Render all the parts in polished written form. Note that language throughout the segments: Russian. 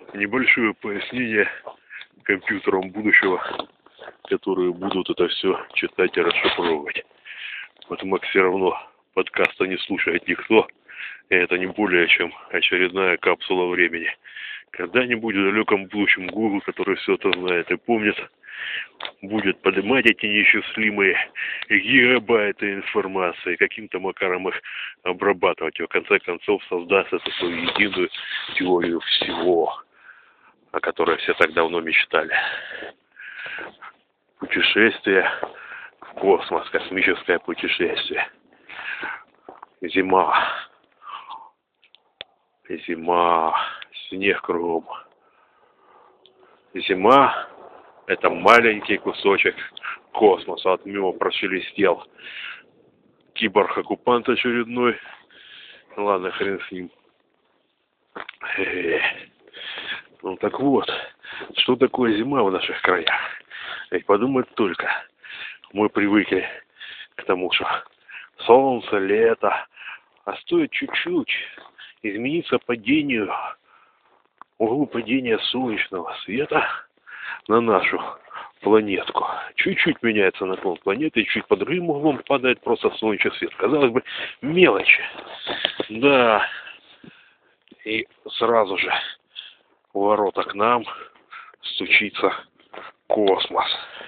Небольшое пояснение компьютерам будущего, которые будут это все читать и расшифровывать. Потому как все равно подкаста не слушает никто, и это не более чем очередная капсула времени. Когда-нибудь в далеком будущем Google, который все это знает и помнит, будет поднимать эти неисчислимые гигабайты информации, каким-то макаром их обрабатывать, и в конце концов создаст эту свою единую теорию всего, о которой все так давно мечтали. Путешествие в космос, космическое путешествие. Зима, снег кругом. Зима — это маленький кусочек космоса. От него прошелестел киборг-оккупант очередной. Ладно, хрен с ним. Ну так вот, что такое зима в наших краях? Ведь подумать только, мы привыкли к тому, что солнце, лето, а стоит чуть-чуть измениться углу падения солнечного света на нашу планетку. Чуть-чуть меняется наклон планеты, и чуть под другим углом падает просто солнечный свет. Казалось бы, мелочи. Да. И сразу же у ворота к нам стучится космос.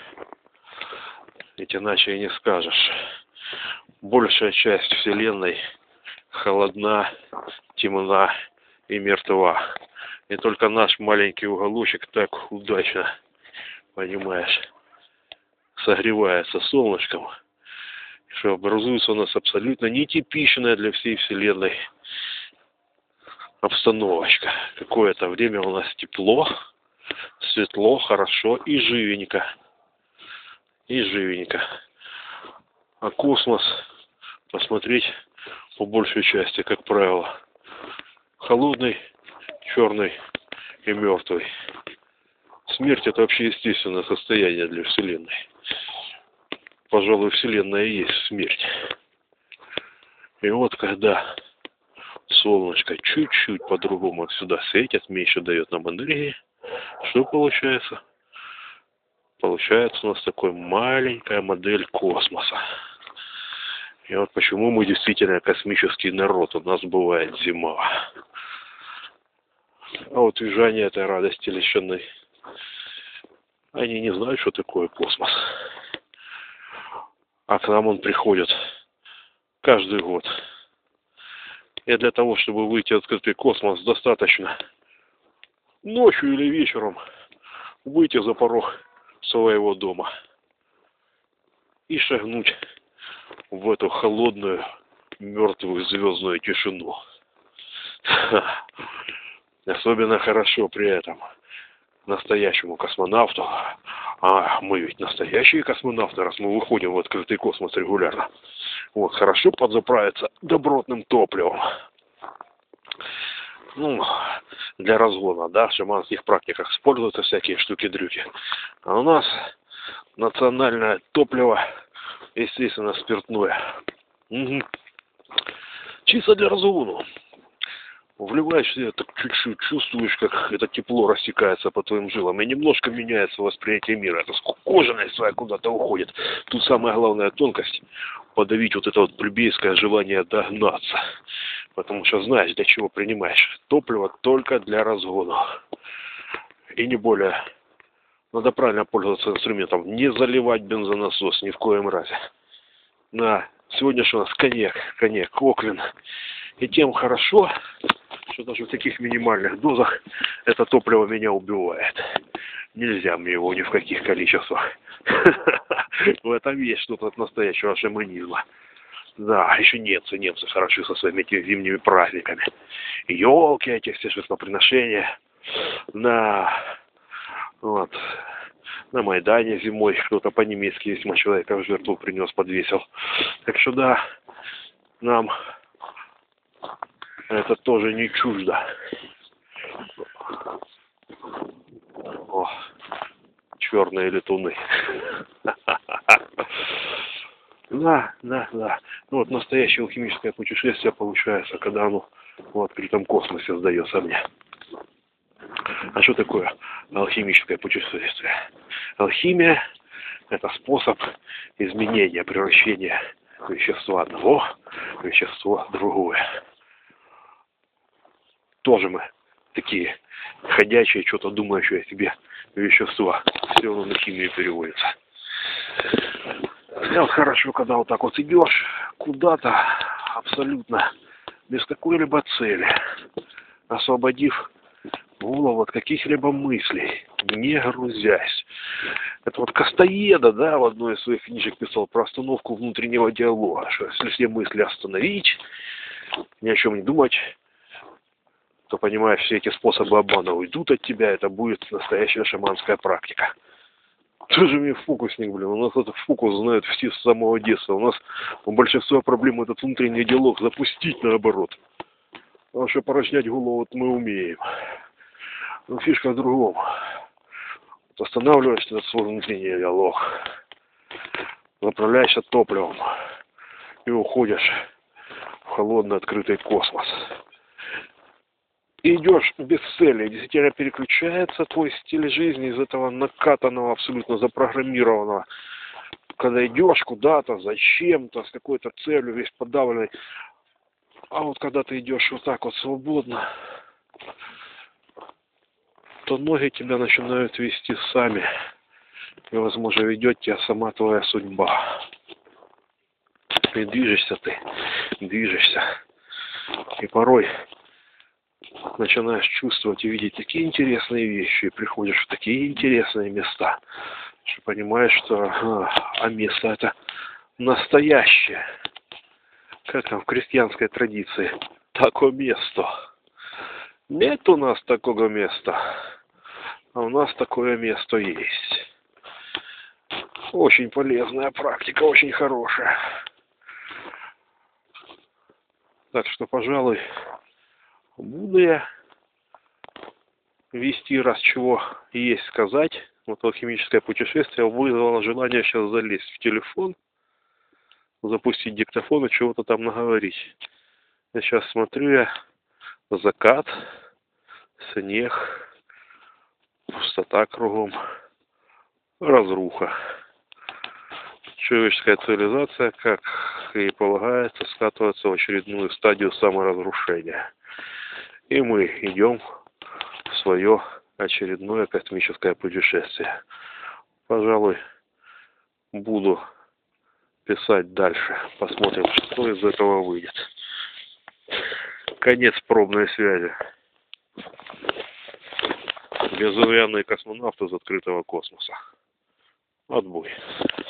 Ведь иначе и не скажешь. Большая часть Вселенной холодна, темна и мертва. И только наш маленький уголочек так удачно, понимаешь, согревается солнышком, что образуется у нас абсолютно нетипичная для всей Вселенной обстановочка. Какое-то время у нас тепло, светло, хорошо и живенько. А космос посмотреть по большей части, как правило, холодный, черный и мертвый. Смерть — это вообще естественное состояние для Вселенной. Пожалуй, Вселенная и есть смерть. И вот когда солнышко чуть-чуть по-другому сюда светит, меньше дает нам энергии, что получается? Получается у нас такой маленькая модель космоса. И вот почему мы действительно космический народ. У нас бывает зима. А вот южане этой радости лишены. Они не знают, что такое космос. А к нам он приходит каждый год. И для того, чтобы выйти в открытый космос, достаточно ночью или вечером выйти за порог своего дома и шагнуть в эту холодную, мертвую звездную тишину. Особенно хорошо при этом настоящему космонавту, а мы ведь настоящие космонавты, раз мы выходим в открытый космос регулярно, вот, хорошо подзаправиться добротным топливом. Ну, для разгона, да, в шаманских практиках используются всякие штуки-дрюки. А у нас национальное топливо, естественно, спиртное. Угу. Чисто для разгона. Вливаешь себе, так чуть-чуть чувствуешь, как это тепло растекается по твоим жилам, и немножко меняется восприятие мира. Это скукоженность своя куда-то уходит. Тут самая главная тонкость — подавить вот это вот плебейское желание догнаться. Потому что знаешь, для чего принимаешь. Топливо только для разгона. И не более. Надо правильно пользоваться инструментом. Не заливать бензонасос ни в коем разе. На сегодня что у нас? Коньяк, Оклин. И тем хорошо, что даже в таких минимальных дозах это топливо меня убивает. Нельзя мне его ни в каких количествах. В этом есть что-то от настоящего шаманизма. Да, еще немцы хороши со своими этими зимними праздниками. Елки эти, все жертвоприношения. Вот. На Майдане зимой кто-то по-немецки весьма человека в жертву принес, подвесил. Так что да, нам это тоже не чуждо. О, черные летуны. Да. Ну вот настоящее алхимическое путешествие получается, когда оно в открытом космосе сдается мне. А что такое алхимическое путешествие? Алхимия – это способ изменения, превращения вещества одного в вещество другое. Тоже мы такие ходячие, что-то думающие о себе вещества. Все равно на химию переводится. И вот хорошо, когда вот так вот идешь куда-то абсолютно без какой-либо цели, освободив голову от каких-либо мыслей, не грузясь. Это вот Кастанеда, да, в одной из своих книжек писал про остановку внутреннего диалога, что если все мысли остановить, ни о чем не думать, то, понимаешь, все эти способы обмана уйдут от тебя, это будет настоящая шаманская практика. Тоже мне фокусник, блин, у нас этот фокус знают все с самого детства. У нас большинство проблем этот внутренний диалог запустить наоборот. Потому что порожнять голову вот мы умеем. Но фишка в другом. Вот останавливаешь этот свой внутренний диалог, заправляешься топливом и уходишь в холодный открытый космос. И идешь без цели, действительно переключается твой стиль жизни из этого накатанного, абсолютно запрограммированного. Когда идешь куда-то, зачем-то, с какой-то целью, весь подавленный. А вот когда ты идешь вот так вот свободно, то ноги тебя начинают вести сами. И, возможно, ведет тебя сама твоя судьба. И движешься ты, движешься. И порой начинаешь чувствовать и видеть такие интересные вещи, и приходишь в такие интересные места, что понимаешь, что место это настоящее. Как там в крестьянской традиции. Такое место. Нет у нас такого места, а у нас такое место есть. Очень полезная практика, очень хорошая. Так что, пожалуй, буду я вести, раз чего есть сказать. Вот алхимическое путешествие вызвало желание сейчас залезть в телефон, запустить диктофон и чего-то там наговорить. Я сейчас смотрю, закат, снег, пустота кругом, разруха. Человеческая цивилизация, как и полагается, скатывается в очередную стадию саморазрушения. И мы идем в свое очередное космическое путешествие. Пожалуй, буду писать дальше. Посмотрим, что из этого выйдет. Конец пробной связи. Безымянные космонавты из открытого космоса. Отбой.